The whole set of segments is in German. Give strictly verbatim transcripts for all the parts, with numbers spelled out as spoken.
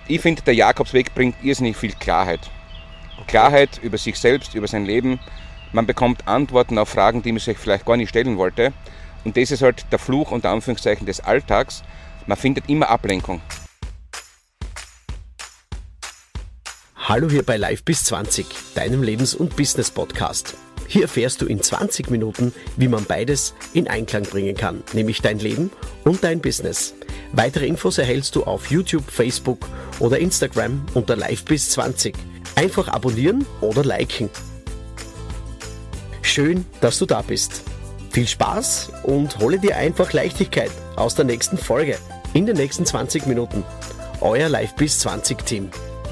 ich finde, der Jakobsweg bringt irrsinnig viel Klarheit. Okay. Klarheit über sich selbst, über sein Leben. Man bekommt Antworten auf Fragen, die man sich vielleicht gar nicht stellen wollte. Und das ist halt der Fluch unter Anführungszeichen des Alltags. Man findet immer Ablenkung. Hallo hier bei Live bis zwanzig, deinem Lebens- und Business-Podcast. Hier erfährst du in zwanzig Minuten, wie man beides in Einklang bringen kann, nämlich dein Leben und dein Business. Weitere Infos erhältst du auf YouTube, Facebook oder Instagram unter Live bis zwanzig. Einfach abonnieren oder liken. Schön, dass du da bist. Viel Spaß und hole dir einfach Leichtigkeit aus der nächsten Folge in den nächsten zwanzig Minuten. Euer Live bis zwanzig Team.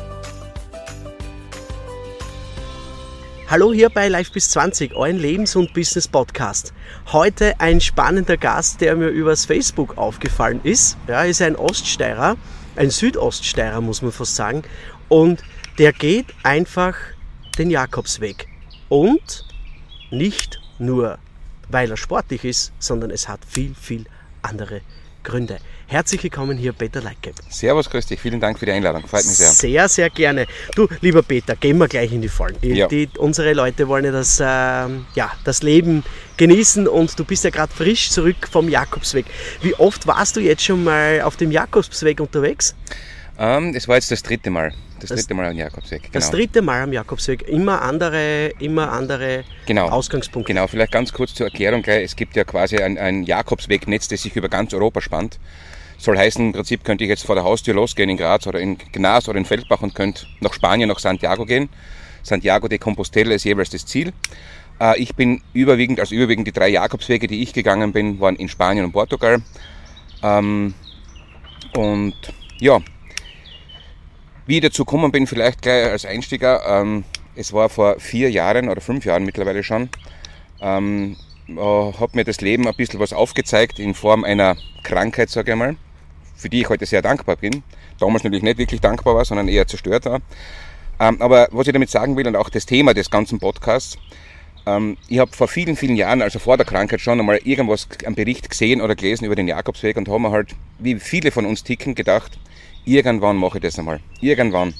Hallo hier bei Live bis zwanzig, euren Lebens- und Business-Podcast. Heute ein spannender Gast, der mir übers Facebook aufgefallen ist. Ja, ist ein Oststeirer, ein Südoststeirer muss man fast sagen. Und der geht einfach den Jakobsweg. Und nicht nur, weil er sportlich ist, sondern es hat viel, viel andere Gründe. Herzlich willkommen hier, Peter Leitgeb. Servus, grüß dich. Vielen Dank für die Einladung. Freut mich sehr. Sehr, sehr gerne. Du, lieber Peter, gehen wir gleich in die Vollen. Die, ja. die, unsere Leute wollen ja das, äh, ja das Leben genießen und du bist ja gerade frisch zurück vom Jakobsweg. Wie oft warst du jetzt schon mal auf dem Jakobsweg unterwegs? Ähm, es war jetzt das dritte Mal. Das, das dritte Mal am Jakobsweg. Genau. Das dritte Mal am Jakobsweg. Immer andere, immer andere genau. Ausgangspunkte. Genau, vielleicht ganz kurz zur Erklärung gleich. Es gibt ja quasi ein, ein Jakobswegnetz, das sich über ganz Europa spannt. Soll heißen, im Prinzip könnte ich jetzt vor der Haustür losgehen in Graz oder in Gnas oder in Feldbach und könnte nach Spanien, nach Santiago gehen. Santiago de Compostela ist jeweils das Ziel. Ich bin überwiegend, also überwiegend die drei Jakobswege, die ich gegangen bin, waren in Spanien und Portugal. Und ja, wie ich dazu gekommen bin, vielleicht gleich als Einsteiger, es war vor vier Jahren oder fünf Jahren mittlerweile schon, hat mir das Leben ein bisschen was aufgezeigt in Form einer Krankheit, sage ich mal, für die ich heute sehr dankbar bin. Damals natürlich nicht wirklich dankbar war, sondern eher zerstört war. Ähm, aber was ich damit sagen will und auch das Thema des ganzen Podcasts, ähm, ich habe vor vielen, vielen Jahren, also vor der Krankheit schon einmal irgendwas, einen Bericht gesehen oder gelesen über den Jakobsweg und habe mir halt, wie viele von uns ticken, gedacht, irgendwann mache ich das einmal. Irgendwann.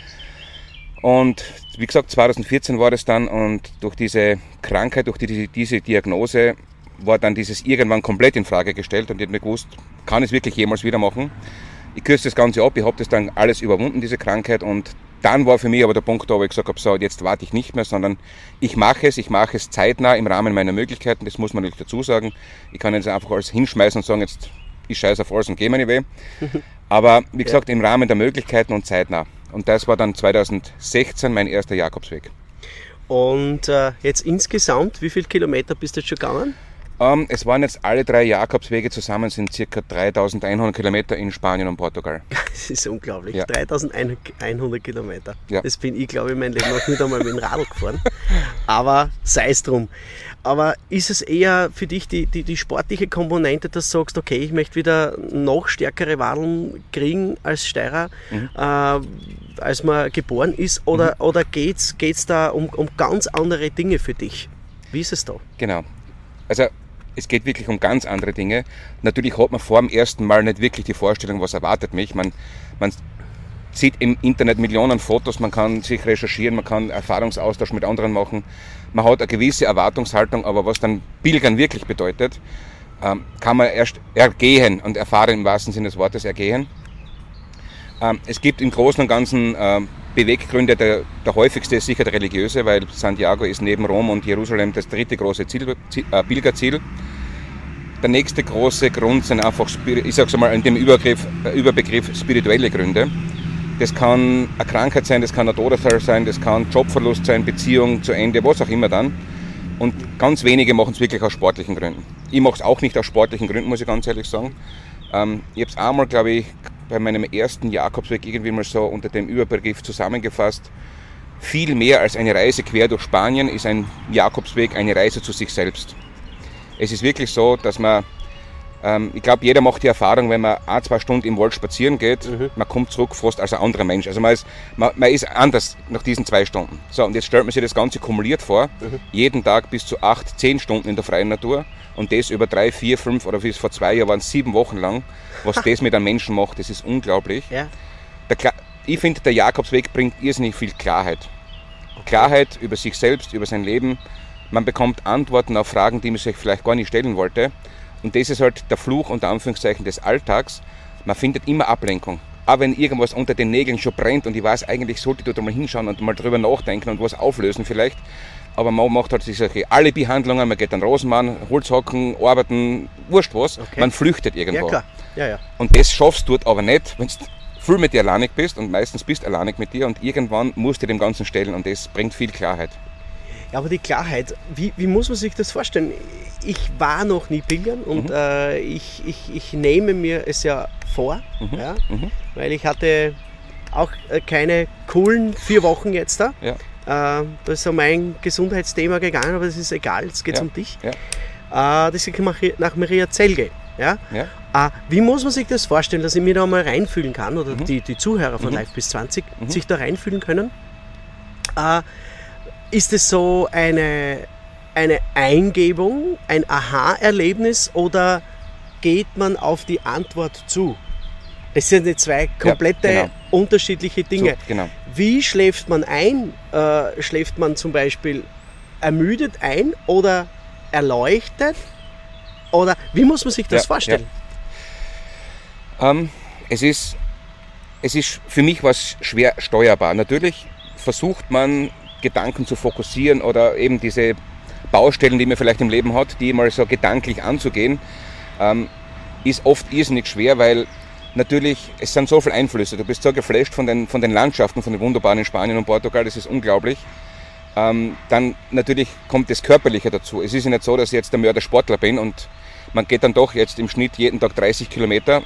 Und wie gesagt, zwanzig vierzehn war das dann und durch diese Krankheit, durch die, diese Diagnose war dann dieses irgendwann komplett in Frage gestellt und ich habe mir gewusst, kann ich es wirklich jemals wieder machen? Ich kürze das Ganze ab, ich habe das dann alles überwunden, diese Krankheit, und dann war für mich aber der Punkt da, wo ich gesagt habe, so, jetzt warte ich nicht mehr, sondern ich mache es, ich mache es zeitnah im Rahmen meiner Möglichkeiten, das muss man natürlich dazu sagen. Ich kann jetzt einfach alles hinschmeißen und sagen, jetzt ich scheiße auf alles und gehe meine Weh. Aber wie gesagt, im Rahmen der Möglichkeiten und zeitnah. Und das war dann zwanzig sechzehn mein erster Jakobsweg. Und äh, jetzt insgesamt, wie viele Kilometer bist du jetzt schon gegangen? Um, es waren jetzt alle drei Jakobswege zusammen, sind ca. dreitausendeinhundert Kilometer in Spanien und Portugal. Das ist unglaublich, ja. dreitausendeinhundert Kilometer. Ja. Das bin ich, glaube ich, mein Leben noch nicht einmal mit dem Radl gefahren. Aber sei es drum. Aber ist es eher für dich die, die, die sportliche Komponente, dass du sagst, okay, ich möchte wieder noch stärkere Wadeln kriegen als Steirer, mhm. äh, als man geboren ist? Oder, mhm. oder geht es da um, um ganz andere Dinge für dich? Wie ist es da? Genau. Also es geht wirklich um ganz andere Dinge. Natürlich hat man vor dem ersten Mal nicht wirklich die Vorstellung, was erwartet mich. Man, man sieht im Internet Millionen Fotos, man kann sich recherchieren, man kann Erfahrungsaustausch mit anderen machen. Man hat eine gewisse Erwartungshaltung, aber was dann Pilgern wirklich bedeutet, kann man erst ergehen und erfahren im wahrsten Sinne des Wortes ergehen. Es gibt im Großen und Ganzen Beweggründe, der, der häufigste ist sicher der religiöse, weil Santiago ist neben Rom und Jerusalem das dritte große Ziel, äh, Pilgerziel. Der nächste große Grund sind einfach, ich sage es mal in dem Überbegriff, Überbegriff spirituelle Gründe. Das kann eine Krankheit sein, das kann ein Todesfall sein, das kann Jobverlust sein, Beziehung zu Ende, was auch immer dann. Und ganz wenige machen es wirklich aus sportlichen Gründen. Ich mache es auch nicht aus sportlichen Gründen, muss ich ganz ehrlich sagen. Ähm, ich habe es einmal, glaube ich, bei meinem ersten Jakobsweg irgendwie mal so unter dem Überbegriff zusammengefasst. Viel mehr als eine Reise quer durch Spanien ist ein Jakobsweg eine Reise zu sich selbst. Es ist wirklich so, dass man, ähm, ich glaube, jeder macht die Erfahrung, wenn man ein, zwei Stunden im Wald spazieren geht, mhm. man kommt zurück fast als ein anderer Mensch. Also man ist, man, man ist anders nach diesen zwei Stunden. So, und jetzt stellt man sich das Ganze kumuliert vor, mhm. jeden Tag bis zu acht, zehn Stunden in der freien Natur. Und das über drei, vier, fünf oder wie es vor zwei Jahren waren, sieben Wochen lang. Was das mit einem Menschen macht, das ist unglaublich. Ja. Der, ich finde, der Jakobsweg bringt irrsinnig viel Klarheit. Okay. Klarheit über sich selbst, über sein Leben. Man bekommt Antworten auf Fragen, die man sich vielleicht gar nicht stellen wollte. Und das ist halt der Fluch unter Anführungszeichen des Alltags. Man findet immer Ablenkung. Auch wenn irgendwas unter den Nägeln schon brennt und ich weiß, eigentlich sollte ich da mal hinschauen und mal drüber nachdenken und was auflösen vielleicht. Aber man macht halt diese Alibi-Handlungen, man geht an Rosenmann, Holzhacken, arbeiten, wurscht was. Okay. Man flüchtet irgendwo. Ja, klar. Ja, ja. Und das schaffst du dort aber nicht, wenn du viel mit dir alleinig bist und meistens bist du alleinig mit dir und irgendwann musst du dem Ganzen stellen und das bringt viel Klarheit. Ja, aber die Klarheit, wie, wie muss man sich das vorstellen? Ich war noch nie pilgern und mhm. äh, ich, ich, ich nehme mir es ja vor, mhm. Ja, mhm. weil ich hatte auch keine coolen vier Wochen jetzt da. Ja. Äh, da ist so mein Gesundheitsthema gegangen, aber das ist egal, jetzt geht es ja. um dich. Ja. Äh, das ist nach Maria Zelge. Ja? Ja. Äh, wie muss man sich das vorstellen, dass ich mir da mal reinfühlen kann oder mhm. die, die Zuhörer von mhm. Live bis zwanzig mhm. sich da reinfühlen können? Äh, ist es so eine, eine Eingebung, ein Aha-Erlebnis oder geht man auf die Antwort zu? Das sind die zwei komplette ja, genau. unterschiedliche Dinge. So, genau. Wie schläft man ein? Äh, schläft man zum Beispiel ermüdet ein oder erleuchtet? Oder wie muss man sich das ja, vorstellen? Ja. Ähm, es ist, es ist für mich was schwer steuerbar. Natürlich versucht man, Gedanken zu fokussieren oder eben diese Baustellen, die man vielleicht im Leben hat, die mal so gedanklich anzugehen, ähm, ist oft irrsinnig schwer, weil natürlich, es sind so viele Einflüsse. Du bist so geflasht von den, von den Landschaften, von den wunderbaren in Spanien und Portugal, das ist unglaublich. Ähm, dann natürlich kommt das Körperliche dazu. Es ist ja nicht so, dass ich jetzt der Mördersportler bin und man geht dann doch jetzt im Schnitt jeden Tag dreißig Kilometer.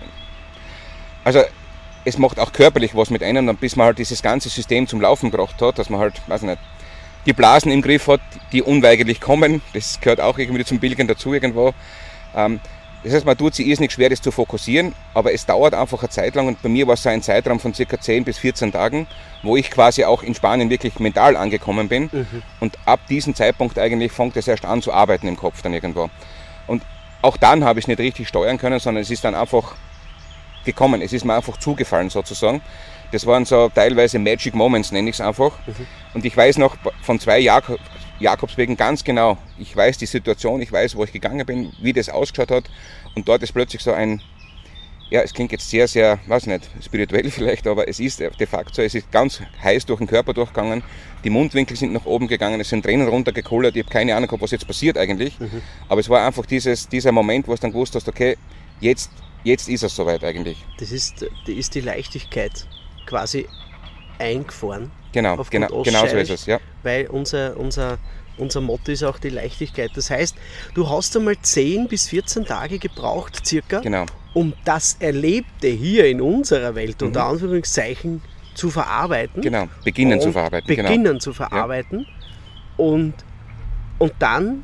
Also es macht auch körperlich was mit einem, bis man halt dieses ganze System zum Laufen gebracht hat, dass man halt, weiß nicht, die Blasen im Griff hat, die unweigerlich kommen. Das gehört auch irgendwie zum Pilgern dazu irgendwo. Ähm, Das heißt, man tut sich irrsinnig schwer, das zu fokussieren, aber es dauert einfach eine Zeit lang und bei mir war es so ein Zeitraum von circa zehn bis vierzehn Tagen, wo ich quasi auch in Spanien wirklich mental angekommen bin mhm. und ab diesem Zeitpunkt eigentlich fängt es erst an zu arbeiten im Kopf dann irgendwo. Und auch dann habe ich es nicht richtig steuern können, sondern es ist dann einfach gekommen, es ist mir einfach zugefallen sozusagen. Das waren so teilweise Magic Moments, nenne ich es einfach. Mhm. Und ich weiß noch von zwei Jak- Jakobswegen ganz genau, ich weiß die Situation, ich weiß, wo ich gegangen bin, wie das ausgeschaut hat. Und dort ist plötzlich so ein, ja, es klingt jetzt sehr, sehr, weiß nicht, spirituell vielleicht, aber es ist de facto so, es ist ganz heiß durch den Körper durchgegangen, die Mundwinkel sind nach oben gegangen, es sind Tränen runtergekullert, ich habe keine Ahnung, was jetzt passiert eigentlich. Mhm. Aber es war einfach dieses, dieser Moment, wo du dann gewusst hast, okay, jetzt, jetzt ist es soweit eigentlich. Das ist, das ist die Leichtigkeit quasi eingefahren. Genau, genau, genau so ist es, ja. Weil unser, unser, unser Motto ist auch die Leichtigkeit. Das heißt, du hast einmal zehn bis vierzehn Tage gebraucht, circa, genau. um das Erlebte hier in unserer Welt, mhm. unter Anführungszeichen, zu verarbeiten. Genau, beginnen zu verarbeiten. Beginnen genau. zu verarbeiten. Ja. Und, und dann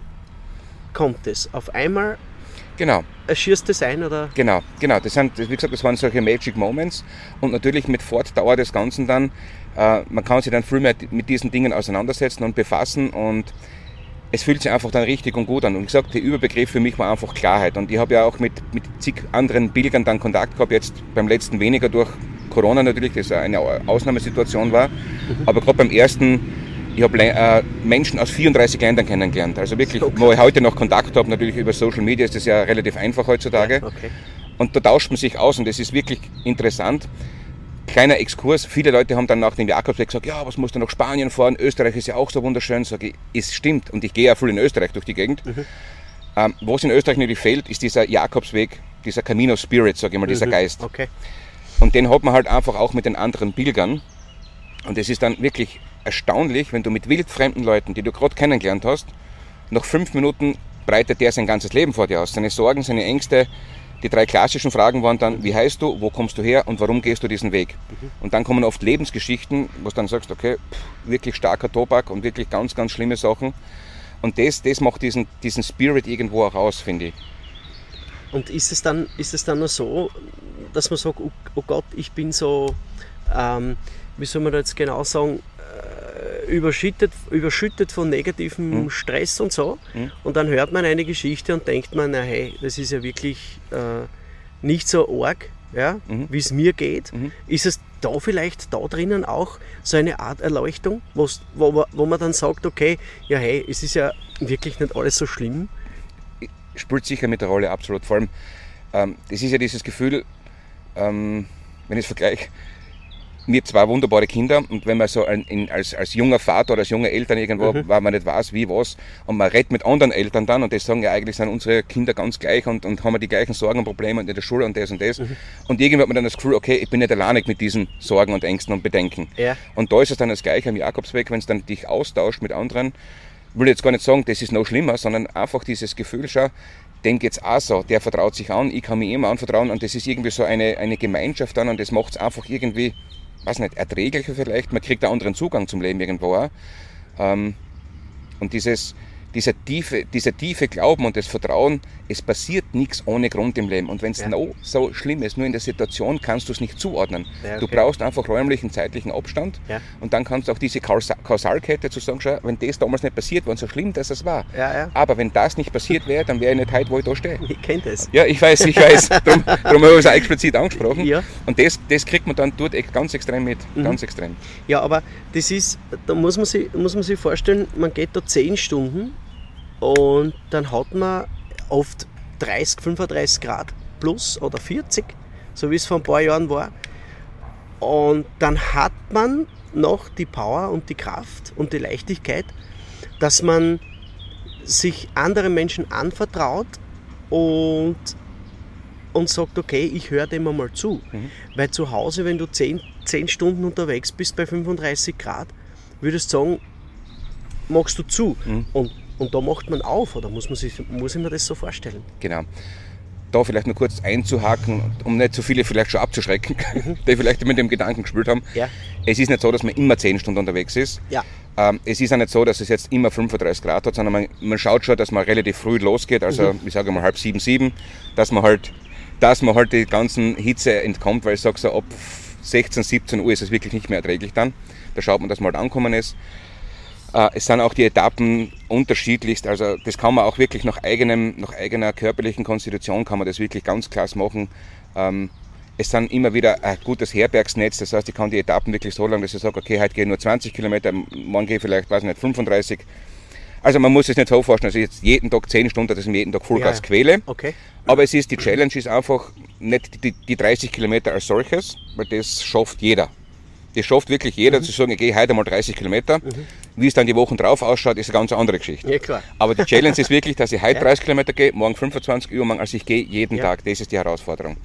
kommt es auf einmal. Genau. Erschierst es ein, oder? Genau, genau. Das sind, wie gesagt, das waren solche Magic Moments und natürlich mit Fortdauer des Ganzen dann, äh, man kann sich dann viel mehr mit diesen Dingen auseinandersetzen und befassen und es fühlt sich einfach dann richtig und gut an. Und wie gesagt, der Überbegriff für mich war einfach Klarheit und ich habe ja auch mit, mit zig anderen Pilgern dann Kontakt gehabt, jetzt beim letzten weniger durch Corona natürlich, das eine Ausnahmesituation war, mhm. aber gerade beim ersten, ich habe äh, Menschen aus vierunddreißig Ländern kennengelernt, also wirklich, okay. wo ich heute noch Kontakt habe, natürlich über Social Media ist das ja relativ einfach heutzutage. Ja, okay. Und da tauscht man sich aus und das ist wirklich interessant. Kleiner Exkurs, viele Leute haben dann nach dem Jakobsweg gesagt, ja, was musst du nach Spanien fahren, Österreich ist ja auch so wunderschön, sage ich, es stimmt und ich gehe ja viel in Österreich durch die Gegend. Mhm. Ähm, was in Österreich natürlich fehlt, ist dieser Jakobsweg, dieser Camino Spirit, sage ich mal, dieser mhm. Geist. Okay. Und den hat man halt einfach auch mit den anderen Pilgern und es ist dann wirklich erstaunlich, wenn du mit wildfremden Leuten, die du gerade kennengelernt hast, nach fünf Minuten breitet der sein ganzes Leben vor dir aus. Seine Sorgen, seine Ängste. Die drei klassischen Fragen waren dann, wie heißt du, wo kommst du her und warum gehst du diesen Weg? Mhm. Und dann kommen oft Lebensgeschichten, wo du dann sagst, okay, pff, wirklich starker Tobak und wirklich ganz, ganz schlimme Sachen. Und das, das macht diesen, diesen Spirit irgendwo auch aus, finde ich. Und ist es dann, ist es dann nur so, dass man sagt, oh, oh Gott, ich bin so, ähm, wie soll man da jetzt genau sagen, Überschüttet, überschüttet von negativem mhm. Stress und so. Mhm. Und dann hört man eine Geschichte und denkt man, na hey, das ist ja wirklich äh, nicht so arg, ja, Mhm. wie es mir geht, Mhm. ist es da vielleicht da drinnen auch so eine Art Erleuchtung, wo's- wo, man- wo man dann sagt, okay, ja hey, es ist ja wirklich nicht alles so schlimm. Spielt sicher mit der Rolle, absolut. Vor allem, ähm, das ist ja dieses Gefühl, ähm, wenn ich es vergleiche, mir zwei wunderbare Kinder und wenn man so ein, in, als, als junger Vater oder als junge Eltern irgendwo, Mhm. weil man nicht weiß, wie, was, und man redet mit anderen Eltern dann und die sagen ja eigentlich sind unsere Kinder ganz gleich und, und haben die gleichen Sorgen und Probleme und in der Schule und das und das. Mhm. Und irgendwie hat man dann das Gefühl, okay, ich bin nicht alleinig mit diesen Sorgen und Ängsten und Bedenken. Ja. Und da ist es dann das Gleiche am Jakobsweg, wenn es dann dich austauscht mit anderen, will ich jetzt gar nicht sagen, das ist noch schlimmer, sondern einfach dieses Gefühl, schau, dem geht's auch so, der vertraut sich an, ich kann mich ihm anvertrauen und das ist irgendwie so eine, eine Gemeinschaft dann und das macht es einfach irgendwie, weiß nicht, erträglicher vielleicht, man kriegt einen anderen Zugang zum Leben irgendwo auch. Ähm, und dieses, dieser, tiefe, dieser tiefe Glauben und das Vertrauen, es passiert nichts ohne Grund im Leben. Und wenn es Ja. noch so schlimm ist, nur in der Situation kannst du es nicht zuordnen. Ja, Du okay. brauchst einfach räumlichen, zeitlichen Abstand Ja. und dann kannst du auch diese Kausa- Kausalkette zu sagen, schau, wenn das damals nicht passiert wäre, so schlimm, dass es war. Ja, ja. Aber wenn das nicht passiert wäre, dann wäre ich nicht heute, wo ich da stehe. Ich kenne das. Ja, ich weiß, ich weiß. Darum, darum habe ich es auch explizit angesprochen. Ja. Und das, das kriegt man dann dort echt ganz extrem mit. Ganz extrem. Ja, aber das ist, da muss man sich, muss man sich vorstellen, man geht da zehn Stunden und dann hat man oft dreißig, fünfunddreißig Grad plus oder vierzig, so wie es vor ein paar Jahren war. Und dann hat man noch die Power und die Kraft und die Leichtigkeit, dass man sich anderen Menschen anvertraut und, und sagt, okay, ich höre dem einmal zu. Mhm. Weil zu Hause, wenn du zehn, zehn Stunden unterwegs bist bei fünfunddreißig Grad, würdest du sagen, machst du zu. Mhm. Und, und da macht man auf, oder muss man sich, muss ich mir das so vorstellen? Genau. Da vielleicht nur kurz einzuhaken, um nicht so viele vielleicht schon abzuschrecken, die vielleicht mit dem Gedanken gespielt haben. Ja. Es ist nicht so, dass man immer zehn Stunden unterwegs ist. Ja. Ähm, es ist auch nicht so, dass es jetzt immer fünfunddreißig Grad hat, sondern man, man schaut schon, dass man relativ früh losgeht, also Mhm. ich sage mal halb sieben, sieben, dass man halt, dass man halt die ganzen Hitze entkommt, weil ich sage so ab sechzehn, siebzehn Uhr ist es wirklich nicht mehr erträglich dann. Da schaut man, dass man halt angekommen ist. Äh, es sind auch die Etappen unterschiedlichst, also das kann man auch wirklich nach, eigenem, nach eigener körperlichen Konstitution kann man das wirklich ganz klasse machen. Ähm, es sind immer wieder ein gutes Herbergsnetz, das heißt, ich kann die Etappen wirklich so lang, dass ich sage, okay, heute gehe ich nur zwanzig Kilometer, morgen gehe ich vielleicht, weiß ich nicht, fünfunddreißig. Also man muss es nicht so vorstellen, dass ich jetzt jeden Tag zehn Stunden, dass ich mich jeden Tag Vollgas Ja, ja. quäle. Okay. Aber es ist, die Challenge ist einfach nicht die, die dreißig Kilometer als solches, weil das schafft jeder. Das schafft wirklich jeder, zu sagen, ich gehe heute mal dreißig Kilometer. Wie es dann die Wochen drauf ausschaut, ist eine ganz andere Geschichte. Ja, klar. Aber die Challenge ist wirklich, dass ich heute Ja. dreißig Kilometer gehe, morgen fünfundzwanzig, übermorgen, also ich gehe jeden Ja. Tag. Das ist die Herausforderung.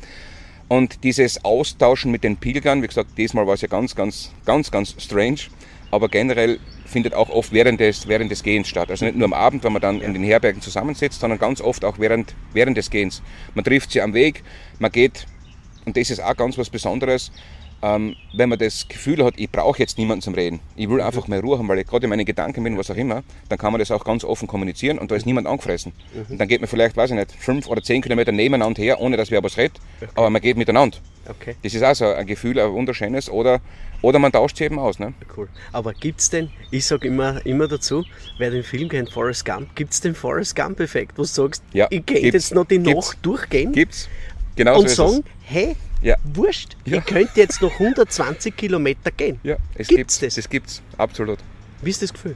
Und dieses Austauschen mit den Pilgern, wie gesagt, diesmal war es ja ganz, ganz, ganz, ganz strange, aber generell findet auch oft während des, während des Gehens statt. Also nicht nur am Abend, wenn man dann in den Herbergen zusammensitzt, sondern ganz oft auch während, während des Gehens. Man trifft sie am Weg, man geht, und das ist auch ganz was Besonderes, ähm, wenn man das Gefühl hat, ich brauche jetzt niemanden zum Reden. Ich will einfach mehr Ruhe haben, weil ich gerade in meinen Gedanken bin, was auch immer, dann kann man das auch ganz offen kommunizieren und da ist niemand angefressen. Und dann geht man vielleicht, weiß ich nicht, fünf oder zehn Kilometer nebeneinander her, ohne dass wer was redet, aber man geht miteinander. Okay. Das ist auch so ein Gefühl, ein wunderschönes, oder, oder man tauscht sich eben aus. Ne? Cool. Aber gibt es denn, ich sage immer, immer dazu, wer den Film kennt, Forrest Gump, gibt es den Forrest Gump-Effekt, wo du sagst, Ja, ich gehe gibt's, jetzt noch die gibt's. Nacht durchgehen Gibt's. Genau und so ist sagen, hey, Ja. wurscht, Ja. ich könnte jetzt noch hundertzwanzig Kilometer gehen. es. Ja, es Gibt's gibt's. das? Das gibt's, absolut. Wie ist das Gefühl?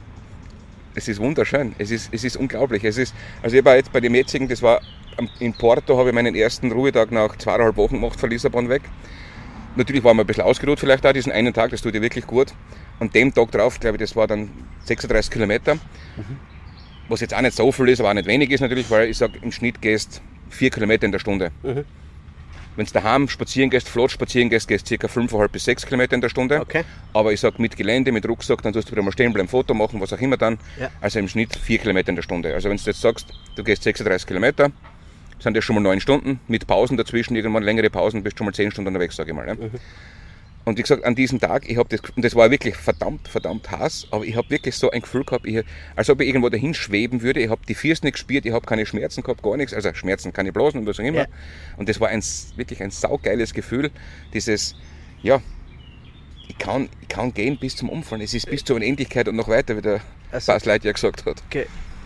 Es ist wunderschön, es ist, es ist unglaublich. Es ist, also ich war jetzt bei dem jetzigen, das war am- in Porto, habe ich meinen ersten Ruhetag nach zweieinhalb Wochen gemacht von Lissabon weg. Natürlich waren wir ein bisschen ausgeruht vielleicht auch, diesen einen Tag, das tut dir wirklich gut. Und dem Tag drauf, glaube ich, das war dann sechsunddreißig Kilometer. Was jetzt auch nicht so viel ist, aber auch nicht wenig ist natürlich, weil ich sage, im Schnitt gehst vier Kilometer in der Stunde. Mhm. Wenn du daheim spazieren gehst, flott spazieren gehst, gehst du ca. fünfeinhalb bis sechs Kilometer in der Stunde. Okay. Aber ich sage mit Gelände, mit Rucksack, dann tust du wieder mal stehen bleiben, Foto machen, was auch immer dann. Ja. Also im Schnitt vier Kilometer in der Stunde. Also wenn du jetzt sagst, du gehst sechsunddreißig Kilometer, sind das schon mal neun Stunden, mit Pausen dazwischen, irgendwann längere Pausen, bist du schon mal zehn Stunden unterwegs, sage ich mal. Ne? Mhm. Und wie gesagt, an diesem Tag, ich habe das, und das war wirklich verdammt, verdammt heiß, aber ich habe wirklich so ein Gefühl gehabt, ich, als ob ich irgendwo dahin schweben würde. Ich habe die Füße nicht gespürt, ich habe keine Schmerzen gehabt, gar nichts. Also Schmerzen, keine Blasen und was auch immer. Ja. Und das war ein, wirklich ein saugeiles Gefühl, dieses, ja, ich kann, ich kann gehen bis zum Umfallen. Es ist bis zur Unendlichkeit und noch weiter, wie der Also- Buzz Lightyear gesagt hat. Okay.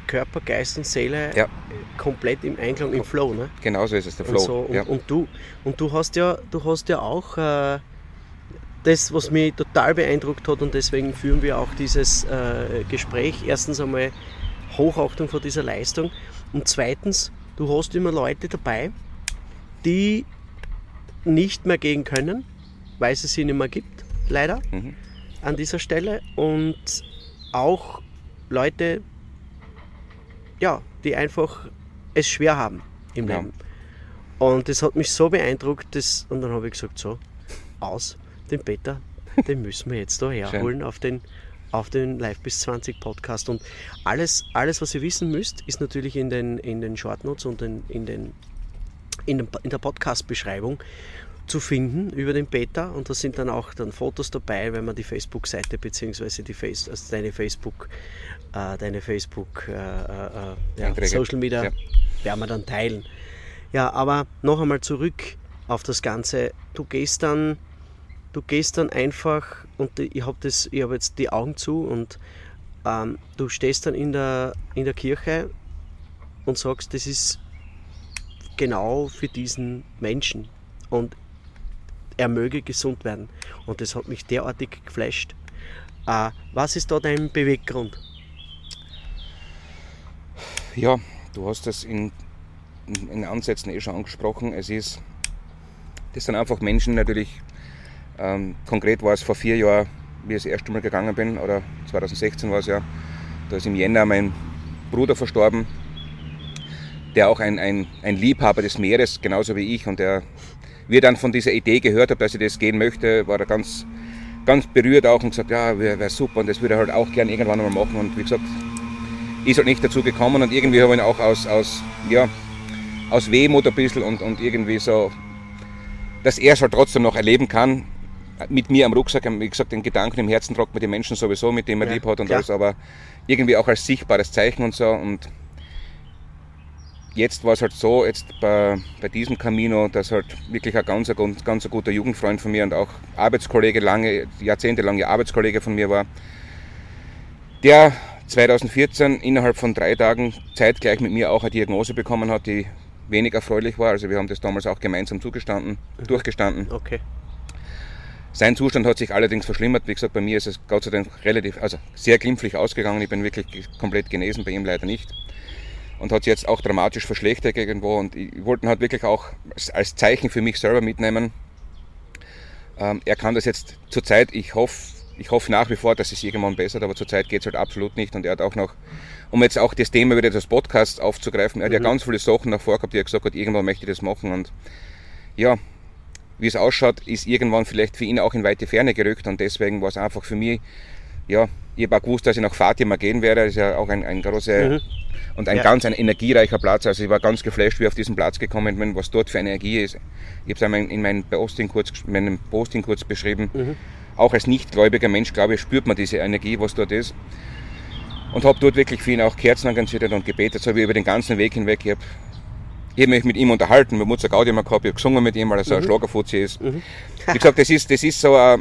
Körper, Geist und Seele ja. komplett im Einklang, im Flow. Ne? Genauso ist es, der Flow. Und, so, und, ja. und, du, und du hast ja, du hast ja auch äh, das, was mich total beeindruckt hat, und deswegen führen wir auch dieses äh, Gespräch. Erstens einmal Hochachtung vor dieser Leistung und zweitens, du hast immer Leute dabei, die nicht mehr gehen können, weil es sie nicht mehr gibt, leider, mhm. an dieser Stelle, und auch Leute, ja, die einfach es schwer haben im ja. Leben. Und das hat mich so beeindruckt, das, und dann habe ich gesagt, so, aus, den Peter, den müssen wir jetzt da herholen auf den, auf den Live bis zwanzig Podcast. Und alles, alles, was ihr wissen müsst, ist natürlich in den, in den Shortnotes und in, in, den, in, den, in der Podcast-Beschreibung zu finden über den Peter, und da sind dann auch dann Fotos dabei, wenn man die Facebook-Seite bzw. die Face, also deine Facebook, äh, deine Facebook äh, äh, ja, Social Media ja. werden wir dann teilen. Ja, aber noch einmal zurück auf das Ganze. Du gehst dann, du gehst dann einfach, und ich habe das, ich habe jetzt die Augen zu, und ähm, du stehst dann in der in der Kirche und sagst, das ist genau für diesen Menschen und er möge gesund werden. Und das hat mich derartig geflasht. Äh, was ist da dein Beweggrund? Ja, du hast das in, in Ansätzen eh schon angesprochen. Es ist, das sind einfach Menschen natürlich, ähm, konkret war es vor vier Jahren, wie ich das erste Mal gegangen bin, oder zwanzig sechzehn war es ja, da ist im Jänner mein Bruder verstorben, der auch ein, ein, ein Liebhaber des Meeres, genauso wie ich, und der, wie er dann von dieser Idee gehört hat, dass ich das gehen möchte, war er ganz, ganz berührt auch und gesagt, ja, wäre wär super, und das würde er halt auch gern irgendwann einmal machen, und wie gesagt, ist halt nicht dazu gekommen, und irgendwie habe ich ihn auch aus, aus, ja, aus Wehmut ein bisschen und, und irgendwie so, dass er es halt trotzdem noch erleben kann, mit mir am Rucksack, wie gesagt, den Gedanken im Herzen tragt man die Menschen sowieso, mit denen man ja, lieb hat und klar. alles, aber irgendwie auch als sichtbares Zeichen und so. Und jetzt war es halt so, jetzt bei, bei diesem Camino, dass halt wirklich ein ganz, ganz, ganz ein guter Jugendfreund von mir und auch Arbeitskollege, lange, jahrzehntelange Arbeitskollege von mir war, der zwanzig vierzehn innerhalb von drei Tagen zeitgleich mit mir auch eine Diagnose bekommen hat, die wenig erfreulich war. Also wir haben das damals auch gemeinsam zugestanden, mhm. durchgestanden. Okay. Sein Zustand hat sich allerdings verschlimmert. Wie gesagt, bei mir ist es Gott sei Dank relativ, also sehr glimpflich ausgegangen. Ich bin wirklich komplett genesen, bei ihm leider nicht. Und hat sich jetzt auch dramatisch verschlechtert irgendwo. Und ich wollte ihn halt wirklich auch als Zeichen für mich selber mitnehmen. Ähm, er kann das jetzt zurzeit, ich hoffe, ich hoffe nach wie vor, dass es irgendwann bessert, aber zurzeit geht es halt absolut nicht. Und er hat auch noch, um jetzt auch das Thema wieder des Podcasts aufzugreifen, er hat mhm. ja ganz viele Sachen davor gehabt, die er gesagt hat, irgendwann möchte ich das machen. Und ja, wie es ausschaut, ist irgendwann vielleicht für ihn auch in weite Ferne gerückt, und deswegen war es einfach für mich, ja, ich habe auch gewusst, dass ich nach Fatima gehen werde, das ist ja auch ein, ein großer mhm. und ein ja. ganz ein energiereicher Platz, also ich war ganz geflasht, wie ich auf diesen Platz gekommen bin, was dort für eine Energie ist. Ich habe es in meinem Posting kurz, meinem Posting kurz beschrieben, mhm. auch als nichtgläubiger Mensch, glaube ich, spürt man diese Energie, was dort ist, und habe dort wirklich für ihn auch Kerzen angezündet und gebetet, so wie über den ganzen Weg hinweg. Ich habe Ich habe mich mit ihm unterhalten, mit Mutzer Gaudi immer gehabt, ich habe gesungen mit ihm, weil er so ein mhm. Schlagerfuzzi ist. Mhm. Wie gesagt, das ist, das ist so ein,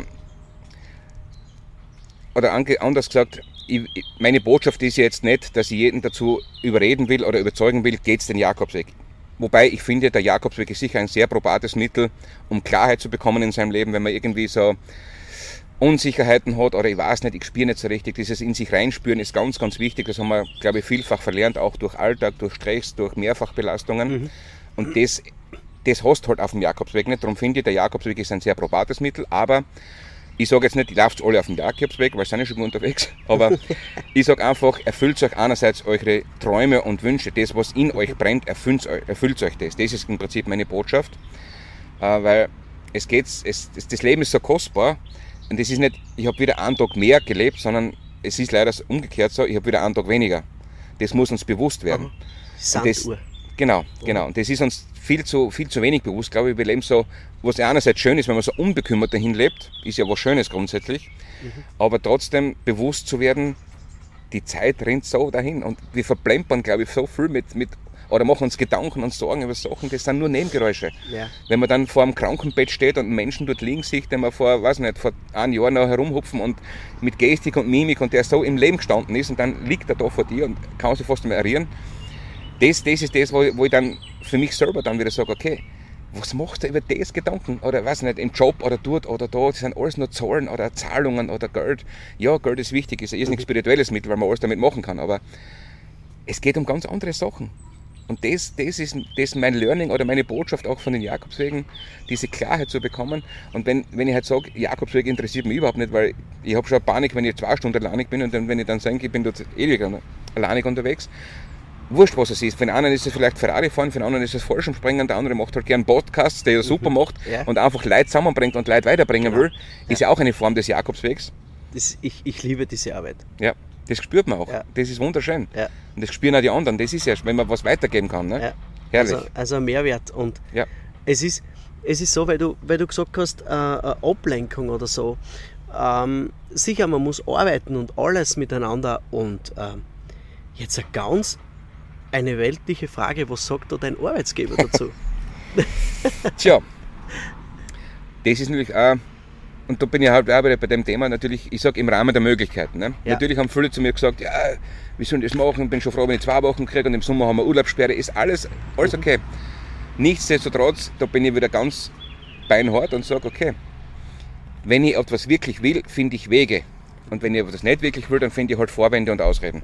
oder anders gesagt, ich, meine Botschaft ist jetzt nicht, dass ich jeden dazu überreden will oder überzeugen will, geht's den Jakobsweg. Wobei ich finde, der Jakobsweg ist sicher ein sehr probates Mittel, um Klarheit zu bekommen in seinem Leben, wenn man irgendwie so Unsicherheiten hat, oder ich weiß nicht, ich spüre nicht so richtig. Dieses in sich reinspüren ist ganz, ganz wichtig. Das haben wir, glaube ich, vielfach verlernt, auch durch Alltag, durch Stress, durch Mehrfachbelastungen. Mhm. Und das, das hast du halt auf dem Jakobsweg nicht. Darum finde ich, der Jakobsweg ist ein sehr probates Mittel. Aber ich sage jetzt nicht, ihr lauft alle auf dem Jakobsweg, weil sind ja schon gut unterwegs. Aber ich sage einfach, erfüllt euch einerseits eure Träume und Wünsche. Das, was in euch brennt, erfüllt euch, erfüllt euch das. Das ist im Prinzip meine Botschaft. Weil es geht, es, das Leben ist so kostbar. Und das ist nicht, ich habe wieder einen Tag mehr gelebt, sondern es ist leider umgekehrt so, ich habe wieder einen Tag weniger. Das muss uns bewusst werden. Sanduhr. Das, genau, genau. Und das ist uns viel zu, viel zu wenig bewusst, glaube ich. Wir leben so, was einerseits schön ist, wenn man so unbekümmert dahin lebt, ist ja was Schönes grundsätzlich. Mhm. Aber trotzdem bewusst zu werden, die Zeit rennt so dahin. Und wir verplempern, glaube ich, so viel mit, mit oder machen uns Gedanken und Sorgen über Sachen, das sind nur Nebengeräusche. Ja. Wenn man dann vor einem Krankenbett steht und Menschen dort liegen sieht, den man vor, weiß nicht, vor einem Jahr noch herumhupfen und mit Gestik und Mimik und der so im Leben gestanden ist und dann liegt er da vor dir und kann sich fast nicht mehr erinnern. Das, das ist das, wo ich, wo ich dann für mich selber dann wieder sage, okay, was machst du über das Gedanken? Oder weiß nicht, im Job oder dort oder da, das sind alles nur Zahlen oder Zahlungen oder Geld. Ja, Geld ist wichtig, ist ein spirituelles Mittel, weil man alles damit machen kann, aber es geht um ganz andere Sachen. Und das, das ist das mein Learning oder meine Botschaft auch von den Jakobswegen, diese Klarheit zu bekommen. Und wenn, wenn ich halt sage, Jakobsweg interessiert mich überhaupt nicht, weil ich habe schon Panik, wenn ich zwei Stunden alleinig bin und dann, wenn ich dann sage, ich bin dort ewig alleinig unterwegs, wurscht, was es ist. Für den einen ist es vielleicht Ferrari fahren, für den anderen ist es Fallschirmspringen, der andere macht halt gern Podcasts, der ja super macht Ja. und einfach Leute zusammenbringt und Leute weiterbringen Genau. will, ist ja auch eine Form des Jakobswegs. Das, ich, ich liebe diese Arbeit. Ja, das spürt man auch. Ja. Das ist wunderschön. Ja. Und das spüren auch die anderen. Das ist ja, wenn man was weitergeben kann. Ne? Ja. Herrlich. Also, also ein Mehrwert. Und Ja. es ist, es ist so, weil du, weil du gesagt hast, äh, eine Ablenkung oder so. Ähm, sicher, man muss arbeiten und alles miteinander. Und ähm, jetzt eine ganz eine weltliche Frage, was sagt da dein Arbeitsgeber dazu? Tja, das ist natürlich auch, und da bin ich halt auch wieder bei dem Thema natürlich, ich sage im Rahmen der Möglichkeiten. Ne? Ja. Natürlich haben viele zu mir gesagt, ja, wir sollen das machen, bin schon froh, wenn ich zwei Wochen kriege und im Sommer haben wir Urlaubssperre, ist alles, alles okay. Nichtsdestotrotz, da bin ich wieder ganz beinhart und sage, okay, wenn ich etwas wirklich will, finde ich Wege. Und wenn ich etwas nicht wirklich will, dann finde ich halt Vorwände und Ausreden.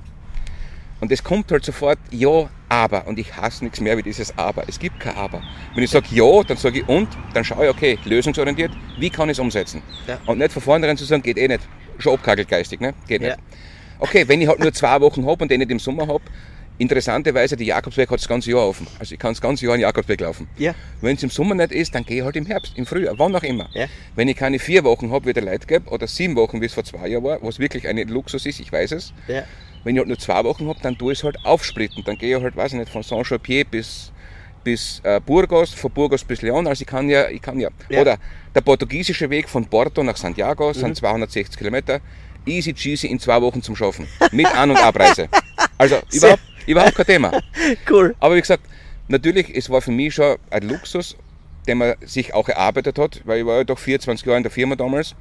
Und es kommt halt sofort, ja, aber. Und ich hasse nichts mehr wie dieses Aber. Es gibt kein Aber. Wenn ich sage ja, dann sage ich und, dann schaue ich, okay, lösungsorientiert, wie kann ich es umsetzen? Ja. Und nicht von vornherein zu sagen, geht eh nicht. Schon abkagelt geistig, ne? Geht nicht. Ja. Okay, wenn ich halt nur zwei Wochen habe und den nicht im Sommer habe, interessanterweise, die Jakobsweg hat das ganze Jahr offen. Also ich kann das ganze Jahr einen Jakobsweg laufen. Ja. Wenn es im Sommer nicht ist, dann gehe ich halt im Herbst, im Frühjahr, wann auch immer. Ja. Wenn ich keine vier Wochen habe, wie der Leute gibt, oder sieben Wochen, wie es vor zwei Jahren war, was wirklich ein Luxus ist, ich weiß es. Ja. Wenn ich halt nur zwei Wochen habe, dann tue ich es halt aufsplitten. Dann gehe ich halt, weiß ich nicht, von Saint-Champier bis, bis äh, Burgos, von Burgos bis León. Also ich kann ja, ich kann ja. Ja. Oder der portugiesische Weg von Porto nach Santiago Mhm. sind zweihundertsechzig Kilometer. Easy cheesy in zwei Wochen zum Schaffen. Mit An- und Abreise. Also überhaupt, überhaupt kein Thema. Cool. Aber wie gesagt, natürlich, es war für mich schon ein Luxus, den man sich auch erarbeitet hat, weil ich war ja doch vierundzwanzig Jahre in der Firma damals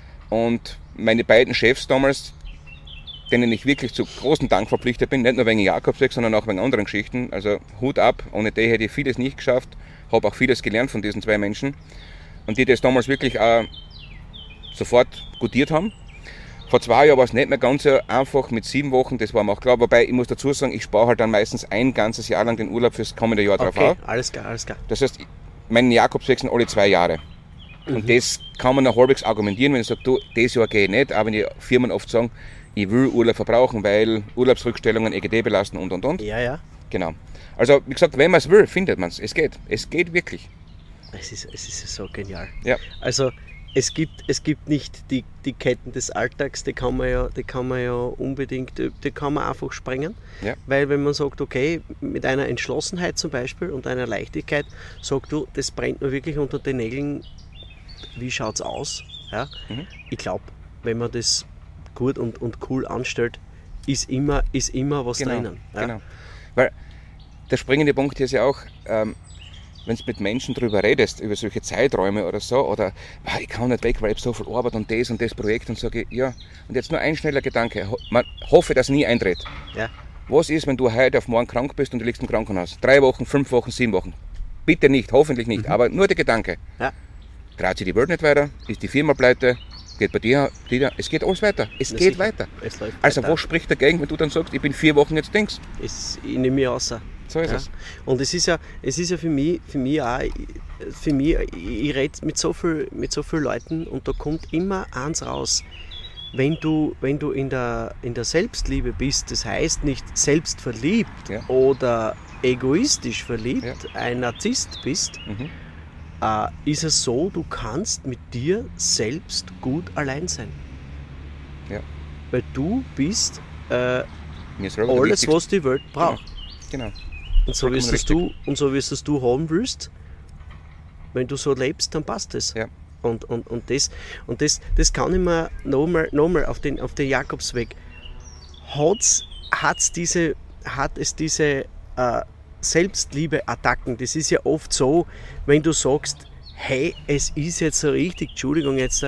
und meine beiden Chefs damals, denen ich wirklich zu großem Dank verpflichtet bin, nicht nur wegen Jakobsweg, sondern auch wegen anderen Geschichten. Also Hut ab, ohne die hätte ich vieles nicht geschafft, habe auch vieles gelernt von diesen zwei Menschen und die das damals wirklich auch sofort gutiert haben. Vor zwei Jahren war es nicht mehr ganz so einfach mit sieben Wochen, das war mir auch klar. Wobei, ich muss dazu sagen, ich spare halt dann meistens ein ganzes Jahr lang den Urlaub fürs kommende Jahr drauf Okay, auf. alles klar, alles klar. Das heißt, meine Jakobsweg sind alle zwei Jahre. Und das kann man noch halbwegs argumentieren, wenn ich sage, du, das Jahr gehe ich nicht, auch wenn die Firmen oft sagen, ich will Urlaub verbrauchen, weil Urlaubsrückstellungen, E G D belasten und und und. Ja, ja. Genau. Also, wie gesagt, wenn man es will, findet man es. Es geht. Es geht wirklich. Es ist, es ist so genial. Ja. Also es gibt, es gibt nicht die, die Ketten des Alltags, die kann man ja, die kann man ja unbedingt, die kann man einfach sprengen. Ja. Weil wenn man sagt, okay, mit einer Entschlossenheit zum Beispiel und einer Leichtigkeit, sagt du, das brennt mir wirklich unter den Nägeln, wie schaut es aus? Ja? Mhm. Ich glaube, wenn man das gut und, und cool anstellt, ist immer, ist immer was Genau. drinnen. Ja? Genau. Weil der springende Punkt hier ist ja auch, ähm, wenn du mit Menschen darüber redest, über solche Zeiträume oder so, oder ah, ich kann nicht weg, weil ich habe so viel Arbeit und das und das Projekt und sage, ja, und jetzt nur ein schneller Gedanke, Ho man hoffe, dass nie eintritt. Ja. Was ist, wenn du heute auf morgen krank bist und du liegst im Krankenhaus? Drei Wochen, fünf Wochen, sieben Wochen. Bitte nicht, hoffentlich nicht, aber nur der Gedanke. Ja. Dreht sich die Welt nicht weiter? Ist die Firma pleite? Geht bei dir, dir es geht alles weiter. Es Na geht sicher. weiter. Es läuft Also weiter. was spricht dagegen, wenn du dann sagst, ich bin vier Wochen jetzt Dings? Es, ich nehme mich außer. So ist Ja. es. Und es ist ja, es ist ja für mich, für mich auch, für mich, ich, ich rede mit so viel, mit so vielen Leuten und da kommt immer eins raus. Wenn du, wenn du in der, in der Selbstliebe bist, das heißt nicht selbstverliebt Ja. oder egoistisch verliebt, Ja. ein Narzisst bist, Mhm. äh, ist es so, du kannst mit dir selbst gut allein sein. Ja. Weil du bist äh, Mir selber der alles, wichtigste- was die Welt braucht. Genau. Und so, wie Vollkommen es du, und so wie es das du haben willst, wenn du so lebst, dann passt es. Ja. Und, und, und, das, und das, das kann ich mir nochmal noch mal auf den, auf den Jakobsweg. Hat's, hat's diese, hat es diese äh, Selbstliebe-Attacken, das ist ja oft so, wenn du sagst, hey, es ist jetzt so richtig, Entschuldigung jetzt,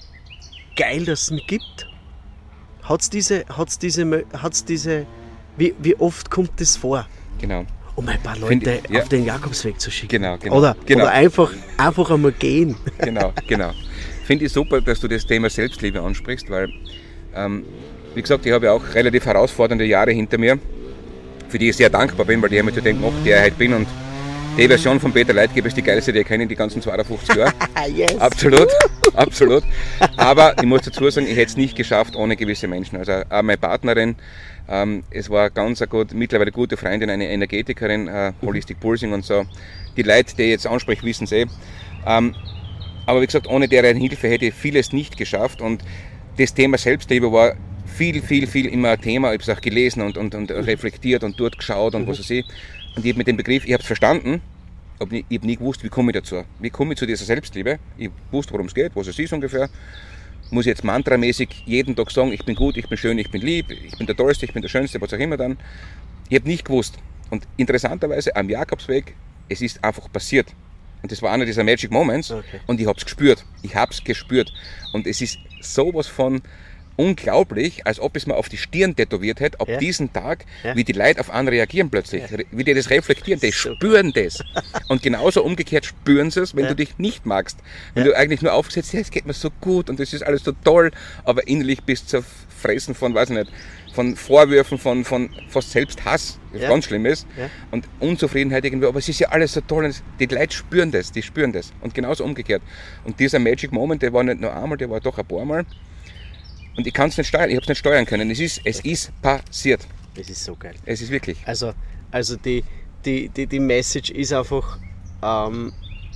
geil, dass es mich gibt. Hat's diese, hat's diese, hat's diese, wie, wie oft kommt das vor? Genau. Um ein paar Leute ich, ja. auf den Jakobsweg zu schicken. Genau, genau. Oder, genau. oder einfach, einfach einmal gehen. Genau, genau. Finde ich super, dass du das Thema Selbstliebe ansprichst, weil, ähm, wie gesagt, ich habe ja auch relativ herausfordernde Jahre hinter mir, für die ich sehr dankbar bin, weil ich mir zu denken, ach, der ich heute bin und die Version von Peter Leitgeb ist die geilste, die ich kenne in die ganzen zweiundfünfzig Jahre. Yes. Absolut, absolut. Aber ich muss dazu sagen, ich hätte es nicht geschafft ohne gewisse Menschen. Also auch meine Partnerin, ähm, es war ganz eine gut, mittlerweile gute Freundin, eine Energetikerin, äh, Holistic Pulsing und so. Die Leute, die ich jetzt anspreche, wissen es eh. Ähm, aber wie gesagt, ohne deren Hilfe hätte ich vieles nicht geschafft. Und das Thema Selbstliebe war viel, viel, viel immer ein Thema. Ich habe es auch gelesen und, und, und reflektiert und dort geschaut und mhm. was weiß ich. Und ich habe mit dem Begriff, ich habe es verstanden, aber ich habe nie gewusst, wie komme ich dazu. Wie komme ich zu dieser Selbstliebe? Ich wusste, worum es geht, was es ist ungefähr. Muss ich jetzt mantramäßig jeden Tag sagen, ich bin gut, ich bin schön, ich bin lieb, ich bin der Tollste, ich bin der Schönste, was auch immer dann. Ich habe nicht gewusst. Und interessanterweise am Jakobsweg, es ist einfach passiert. Und das war einer dieser Magic Moments okay. Und ich habe es gespürt. Ich habe es gespürt. Und es ist sowas von unglaublich, als ob es mir auf die Stirn tätowiert hätte, ab ja. diesen Tag, ja. wie die Leute auf einen reagieren plötzlich, ja. wie die das reflektieren, die so spüren das. Und genauso umgekehrt spüren sie es, wenn ja. du dich nicht magst. Wenn ja. du eigentlich nur aufgesetzt, ja, es geht mir so gut und es ist alles so toll, aber innerlich bist du zerfressen von, weiß ich nicht, von Vorwürfen, von, von fast Selbsthass, was ja. ganz schlimm ist, ja. und Unzufriedenheit irgendwie, aber es ist ja alles so toll und die Leute spüren das, die spüren das. Und genauso umgekehrt. Und dieser Magic Moment, der war nicht nur einmal, der war doch ein paar Mal. Und ich kann es nicht steuern, ich habe es nicht steuern können. Es ist, es ist passiert. Es ist so geil. Es ist wirklich. Also, also die, die, die, die Message ist einfach, ähm,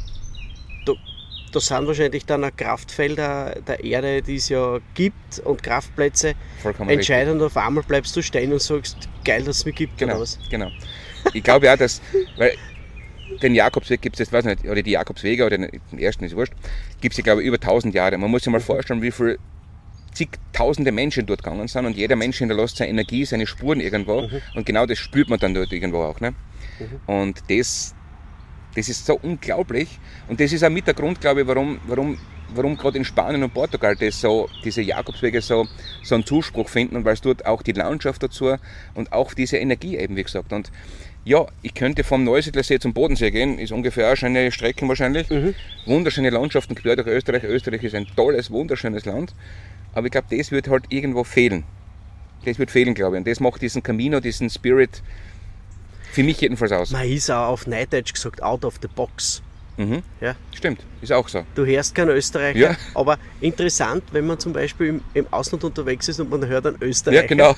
da, da sind wahrscheinlich dann auch Kraftfelder der Erde, die es ja gibt und Kraftplätze. Vollkommen entscheidend. Richtig. Auf einmal bleibst du stehen und sagst, geil, dass es mich gibt. Genau, oder was? Genau. Ich glaube auch, dass, weil den Jakobsweg gibt es jetzt, weiß nicht, oder die Jakobswege, oder den ersten ist wurscht, gibt es ja, glaube ich, über tausend Jahre. Man muss sich mal vorstellen, wie viel zigtausende Menschen dort gegangen sind und jeder Mensch hinterlässt seine Energie, seine Spuren irgendwo mhm. und genau das spürt man dann dort irgendwo auch. Ne? Mhm. Und das, das ist so unglaublich und das ist auch mit der Grund, glaube ich, warum, warum, warum gerade in Spanien und Portugal das so, diese Jakobswege so, so einen Zuspruch finden und weil es dort auch die Landschaft dazu und auch diese Energie eben, wie gesagt. Und ja, ich könnte vom Neusiedlersee zum Bodensee gehen, ist ungefähr auch schon eine Strecke wahrscheinlich. Mhm. Wunderschöne Landschaften quer durch Österreich. Österreich ist ein tolles, wunderschönes Land. Aber ich glaube, das wird halt irgendwo fehlen. Das wird fehlen, glaube ich. Und das macht diesen Camino, diesen Spirit für mich jedenfalls aus. Man ist auch auf Neudeutsch gesagt out of the box. Mhm. Ja. Stimmt, ist auch so. Du hörst keinen Österreicher, ja. aber interessant, wenn man zum Beispiel im, im Ausland unterwegs ist und man hört einen Österreicher. Ja, genau.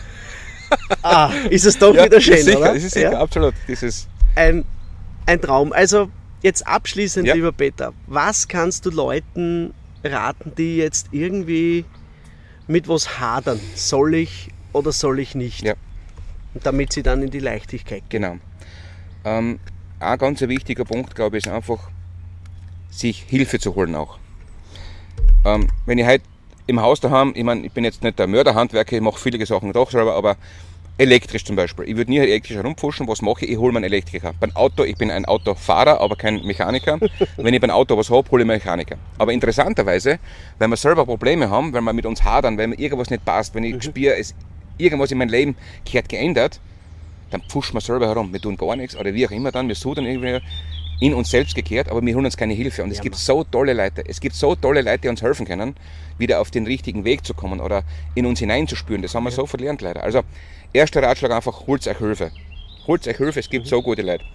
Ah, ist es doch ja, wieder schön, sicher, oder? Das ist sicher, ja? absolut. Das ist ein, ein Traum. Also jetzt abschließend, ja. lieber Peter, was kannst du Leuten raten, die jetzt irgendwie mit was hadern? Soll ich oder soll ich nicht? Ja. Und damit sie dann in die Leichtigkeit gehen. Genau. Ähm, ein ganz wichtiger Punkt, glaube ich, ist einfach, sich Hilfe zu holen auch. Ähm, wenn ich heute im Haus daheim, ich meine, ich bin jetzt nicht der Mörderhandwerker, ich mache viele Sachen doch selber, aber elektrisch zum Beispiel. Ich würde nie elektrisch herumpfuschen, was mache ich? Ich hole mir einen Elektriker. Beim Auto, ich bin ein Autofahrer, aber kein Mechaniker. Wenn ich beim Auto was habe, hole ich mir einen Mechaniker. Aber interessanterweise, wenn wir selber Probleme haben, wenn wir mit uns hadern, wenn mir irgendwas nicht passt, wenn ich mhm. spüre, es irgendwas in meinem Leben gehört geändert, dann pfuschen wir selber herum. Wir tun gar nichts oder wie auch immer dann, wir suchen irgendwie in uns selbst gekehrt, aber wir holen uns keine Hilfe. Und es ja, gibt so tolle Leute, es gibt so tolle Leute, die uns helfen können, wieder auf den richtigen Weg zu kommen oder in uns hineinzuspüren. Das haben wir ja. so verlernt leider. Also, erster Ratschlag einfach, holt euch Hilfe. Holt euch Hilfe, es gibt mhm. so gute Leute.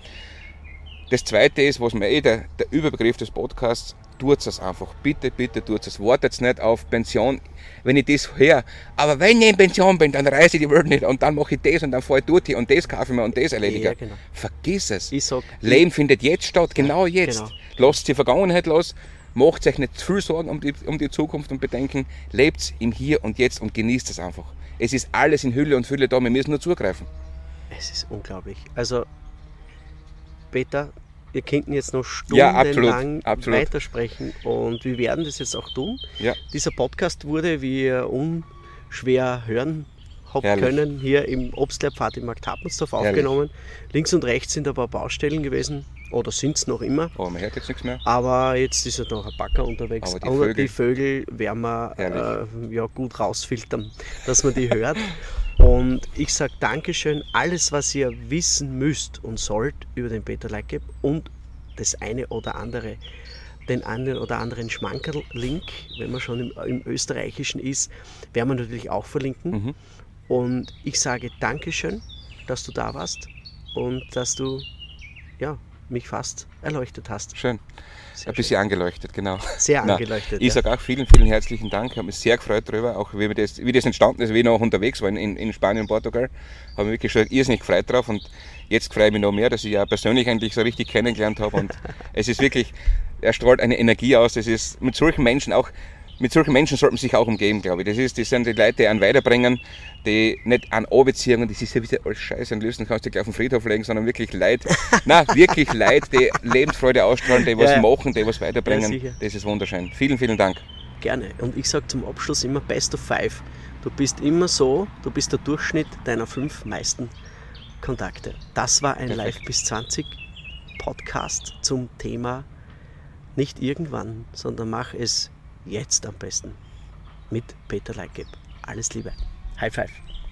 Das zweite ist, was mir eh der, der Überbegriff des Podcasts, tut es einfach. Bitte, bitte tut es. Wartet nicht auf Pension, wenn ich das höre. Aber wenn ich in Pension bin, dann reise ich die Welt nicht und dann mache ich das und dann fahre ich dort hier und das kaufe ich mir und das erledige. Ja, genau. Vergiss es. Ich sag, Leben ich, findet jetzt statt, genau ja, jetzt. Genau. Lasst die Vergangenheit los. Macht euch nicht zu viel Sorgen um die, um die Zukunft und bedenken. Lebt im Hier und Jetzt und genießt es einfach. Es ist alles in Hülle und Fülle da, wir müssen nur zugreifen. Es ist unglaublich. Also, Peter, wir könnten jetzt noch stundenlang ja, absolut, absolut. weitersprechen und wir werden das jetzt auch tun. Ja. Dieser Podcast wurde, wie ihr unschwer hören habe können, hier im Obstlerpfad im Markt Hartmannsdorf aufgenommen. Links und rechts sind ein paar Baustellen gewesen. Oder sind es noch immer. Aber man hört jetzt nichts mehr. Aber jetzt ist ja noch ein Bagger unterwegs. Aber die Aber Vögel, die Vögel werden wir äh, ja, gut rausfiltern, dass man die hört. Und ich sage Dankeschön. Alles, was ihr wissen müsst und sollt über den Peter Leitgeb und das eine oder andere, den einen oder anderen Schmankerl-Link, wenn man schon im, im Österreichischen ist, werden wir natürlich auch verlinken. Mhm. Und ich sage Dankeschön, dass du da warst und dass du, ja, mich fast erleuchtet hast. Schön. Sehr ein bisschen schön. Angeleuchtet, genau. Sehr angeleuchtet. Na, ich sage auch vielen, vielen herzlichen Dank. Ich habe mich sehr gefreut darüber, auch wie das, wie das entstanden ist, wie ich noch unterwegs war in, in Spanien und Portugal. Habe mich wirklich schon irrsinnig gefreut drauf und jetzt freue ich mich noch mehr, dass ich ja persönlich eigentlich so richtig kennengelernt habe und es ist wirklich, er strahlt eine Energie aus. Das ist mit solchen Menschen auch, mit solchen Menschen sollte man sich auch umgeben, glaube ich. Das, ist, das sind die Leute, die einen weiterbringen, die nicht an anbeziehen und das ist ja wieder alles Scheiße und lösen, kannst du gleich auf den Friedhof legen, sondern wirklich Leute, nein, wirklich Leute, die Lebensfreude ausstrahlen, die was ja, machen, die was weiterbringen. Ja, das ist wunderschön. Vielen, vielen Dank. Gerne. Und ich sage zum Abschluss immer Best of Five. Du bist immer so, du bist der Durchschnitt deiner fünf meisten Kontakte. Das war ein Perfekt. Live bis zwanzig Podcast zum Thema nicht irgendwann, sondern mach es jetzt am besten mit Peter Leitgeb. Alles Liebe. High Five.